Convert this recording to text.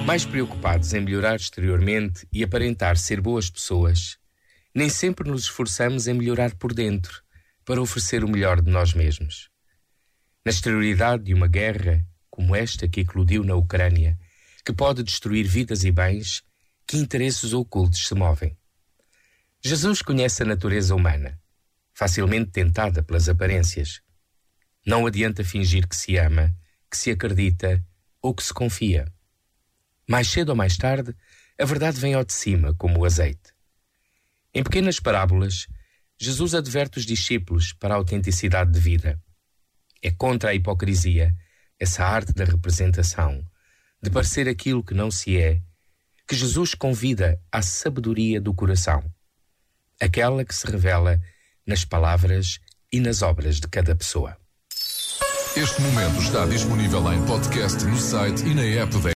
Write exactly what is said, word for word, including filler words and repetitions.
Mais preocupados em melhorar exteriormente e aparentar ser boas pessoas, nem sempre nos esforçamos em melhorar por dentro, para oferecer o melhor de nós mesmos. Na exterioridade de uma guerra, como esta que eclodiu na Ucrânia, que pode destruir vidas e bens, que interesses ocultos se movem? Jesus conhece a natureza humana, facilmente tentada pelas aparências. Não adianta fingir que se ama, que se acredita ou que se confia. Mais cedo ou mais tarde, a verdade vem ao de cima, como o azeite. Em pequenas parábolas, Jesus adverte os discípulos para a autenticidade de vida. É contra a hipocrisia, essa arte da representação, de parecer aquilo que não se é, que Jesus convida à sabedoria do coração, aquela que se revela nas palavras e nas obras de cada pessoa. Este momento está disponível em podcast no site e na app da